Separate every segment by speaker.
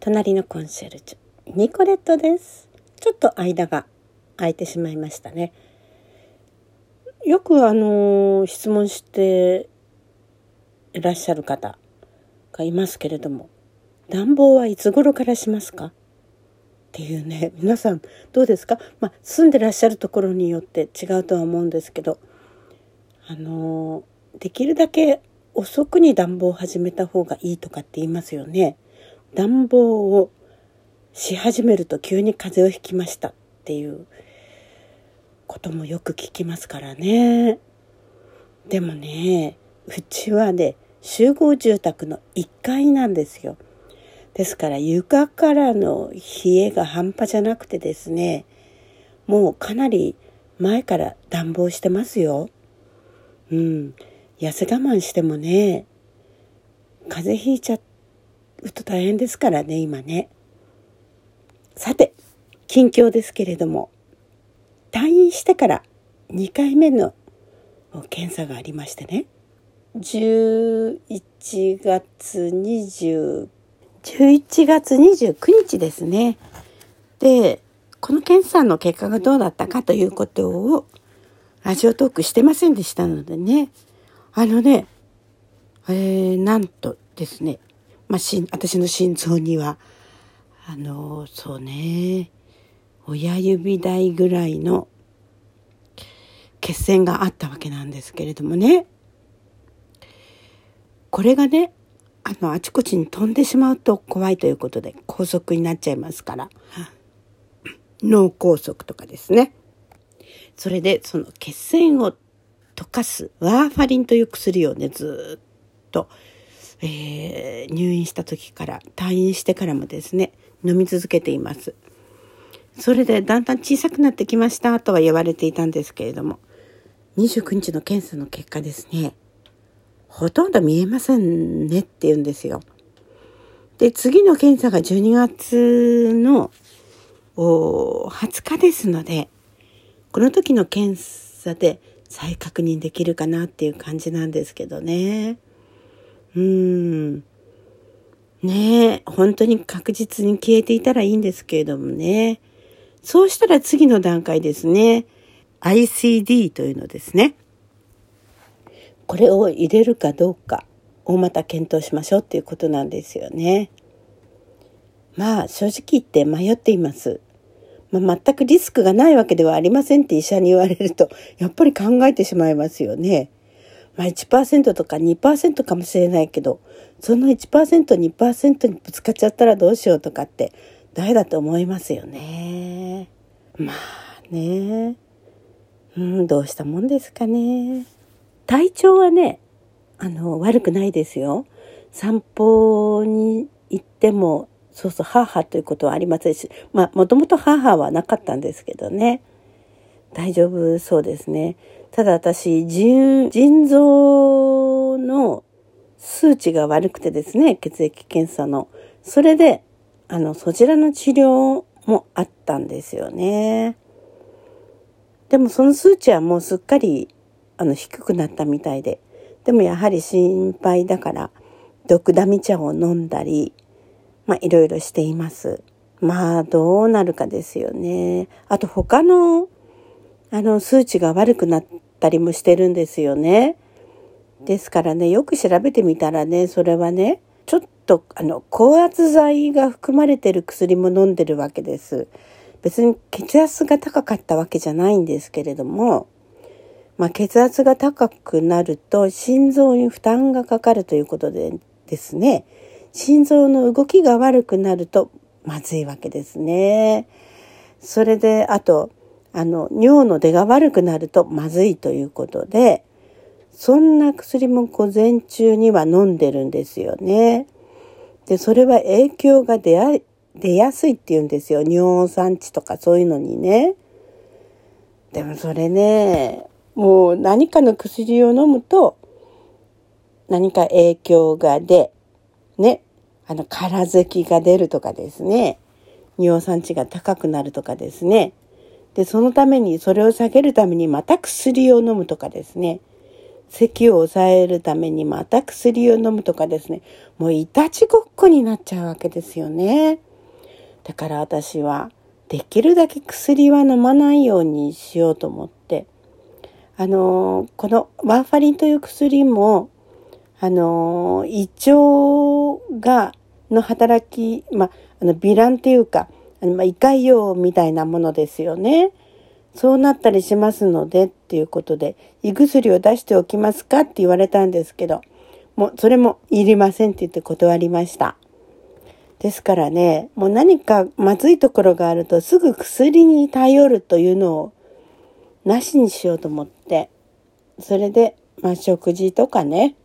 Speaker 1: 隣のコンシェルジュニコレットです。ちょっと間が空いてしまいましたね。よく質問していらっしゃる方がいますけれども、暖房はいつ頃からしますかっていうね、皆さんどうですか？住んでらっしゃるところによって違うとは思うんですけど、できるだけ遅くに暖房を始めた方がいいとかって言いますよね。暖房をし始めると急に風邪をひきましたっていうこともよく聞きますからね。でもね、うちはね、集合住宅の1階なんですよ。ですから床からの冷えが半端じゃなくてですね、もうかなり前から暖房してますよ。痩せ我慢してもね、風邪ひいちゃうと大変ですからね、今ね。さて、近況ですけれども、退院してから2回目の検査がありましてね、11月29日ですね。で、この検査の結果がどうだったかということをラジオトークしてませんでしたのでね、なんとですね、私の心臓にはそうね、親指大ぐらいの血栓があったわけなんですけれどもね、これがね、あちこちに飛んでしまうと怖いということで拘束になっちゃいますから、脳梗塞とかですね。それでその血栓を溶かすワーファリンという薬をね、ずっと、入院した時から退院してからもですね、飲み続けています。それでだんだん小さくなってきましたとは言われていたんですけれども、29日の検査の結果ですね、ほとんど見えませんねって言うんですよ。で、次の検査が12月の20日ですので、この時の検査で再確認できるかなっていう感じなんですけどね。ねえ、本当に確実に消えていたらいいんですけれどもね。そうしたら次の段階ですね。ICD というのですね。これを入れるかどうかをまた検討しましょうっていうことなんですよね。正直言って迷っています。全くリスクがないわけではありませんって医者に言われると、やっぱり考えてしまいますよね。1% とか 2% かもしれないけど、その 1%、2% にぶつかっちゃったらどうしようとかって誰だと思いますよね。どうしたもんですかね。体調はね、悪くないですよ。散歩に行っても、母ということはありませんし、もともと母はなかったんですけどね。大丈夫そうですね。ただ私、腎臓の数値が悪くてですね、血液検査の。それで、そちらの治療もあったんですよね。でもその数値はもうすっかり、低くなったみたいで。でもやはり心配だから、ドクダミ茶を飲んだり、いろいろしています。どうなるかですよね。あと他の、数値が悪くなったりもしてるんですよね。ですからね、よく調べてみたらね、それはね、ちょっと、高圧剤が含まれてる薬も飲んでるわけです。別に血圧が高かったわけじゃないんですけれども、血圧が高くなると心臓に負担がかかるということでですね、心臓の動きが悪くなるとまずいわけですね。それで、あと、尿の出が悪くなるとまずいということで、そんな薬も午前中には飲んでるんですよね。で、それは影響が出やすいって言うんですよ。尿酸値とかそういうのにね。でもそれね、もう何かの薬を飲むと何か影響が出、ね、空咳きが出るとかですね、尿酸値が高くなるとかですね。で、そのために、それを下げるためにまた薬を飲むとかですね。 咳を抑えるためにまた薬を飲むとかですね、もういたちごっこになっちゃうわけですよね。だから私はできるだけ薬は飲まないようにしようと思って、このワーファリンという薬も胃腸の働き、ヴィランっていうか、胃潰瘍みたいなものですよね。そうなったりしますのでっていうことで、胃薬を出しておきますかって言われたんですけど、もうそれもいりませんって言って断りました。ですからね、もう何かまずいところがあるとすぐ薬に頼るというのをなしにしようと思って、それで食事とかね、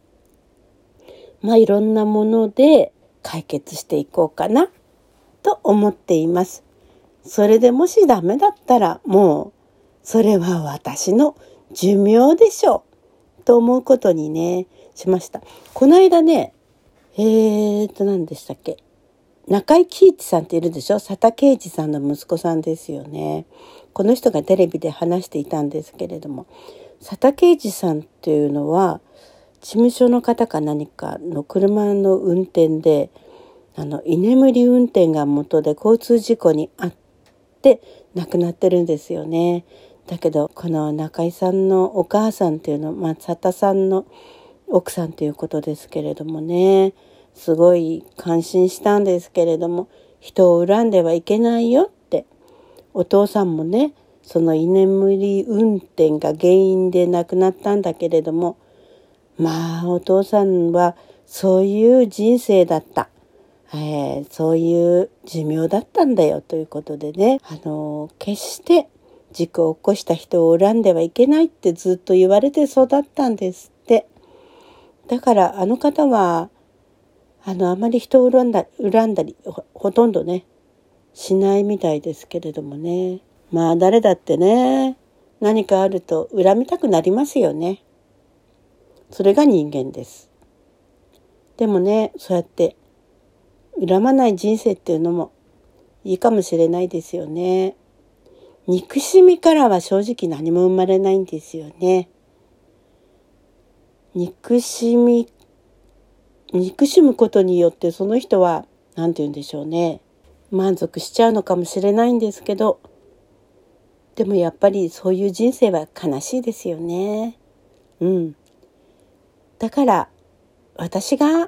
Speaker 1: いろんなもので解決していこうかなと思っています。それでもしダメだったらもうそれは私の寿命でしょうと思うことにねしました。この間ね、何でしたっけ、中井貴一さんっているでしょ。佐田啓二さんの息子さんですよね。この人がテレビで話していたんですけれども、佐田啓二さんっていうのは事務所の方か何かの車の運転で居眠り運転が元で交通事故に遭って亡くなってるんですよね。だけどこの中井さんのお母さんっていうのは、佐田さんの奥さんということですけれどもね、すごい感心したんですけれども、人を恨んではいけないよって、お父さんもね、その居眠り運転が原因で亡くなったんだけれども、お父さんはそういう人生だった、そういう寿命だったんだよということでね、決して事故を起こした人を恨んではいけないってずっと言われて育ったんですって。だからあの方はあまり人を恨んだりほとんどねしないみたいですけれどもね。誰だってね、何かあると恨みたくなりますよね。それが人間です。でもね、そうやって恨まない人生っていうのもいいかもしれないですよね。憎しみからは正直何も生まれないんですよね。憎しむことによってその人は何て言うんでしょうね、満足しちゃうのかもしれないんですけど、でもやっぱりそういう人生は悲しいですよね。だから私が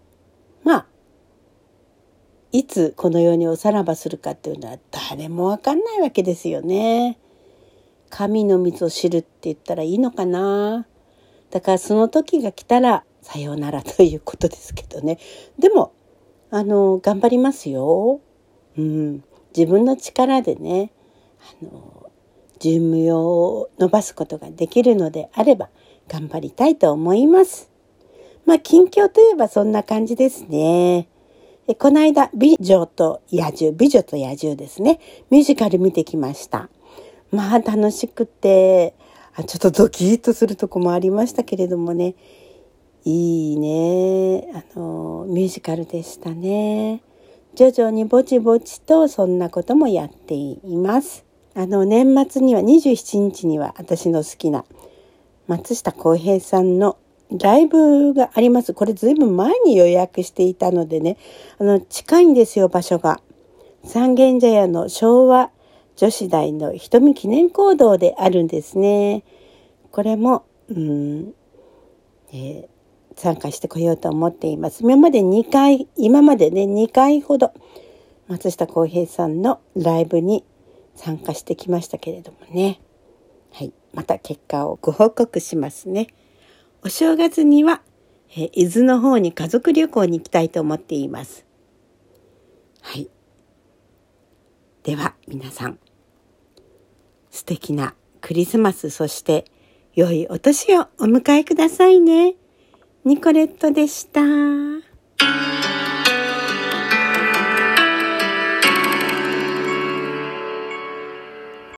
Speaker 1: いつこの世におさらばするかっていうのは誰もわかんないわけですよね。神の道を知るって言ったらいいのかな。だからその時が来たらさようならということですけどね。でも頑張りますよ。自分の力でね、寿命を伸ばすことができるのであれば頑張りたいと思います。近況といえばそんな感じですね。この間美女と野獣ですね、ミュージカル見てきました。楽しくてちょっとドキッとするとこもありましたけれどもね、いいねミュージカルでしたね。徐々にぼちぼちとそんなこともやっています。年末には27日には私の好きな松下洸平さんのライブがあります。これずいぶん前に予約していたのでね、近いんですよ、場所が。三軒茶屋の昭和女子大の瞳記念講堂であるんですね。これも、参加してこようと思っています。今まで2回ほど松下洸平さんのライブに参加してきましたけれどもね。また結果をご報告しますね。お正月には、伊豆の方に家族旅行に行きたいと思っています。では皆さん、素敵なクリスマス、そして良いお年をお迎えくださいね。ニコレットでした。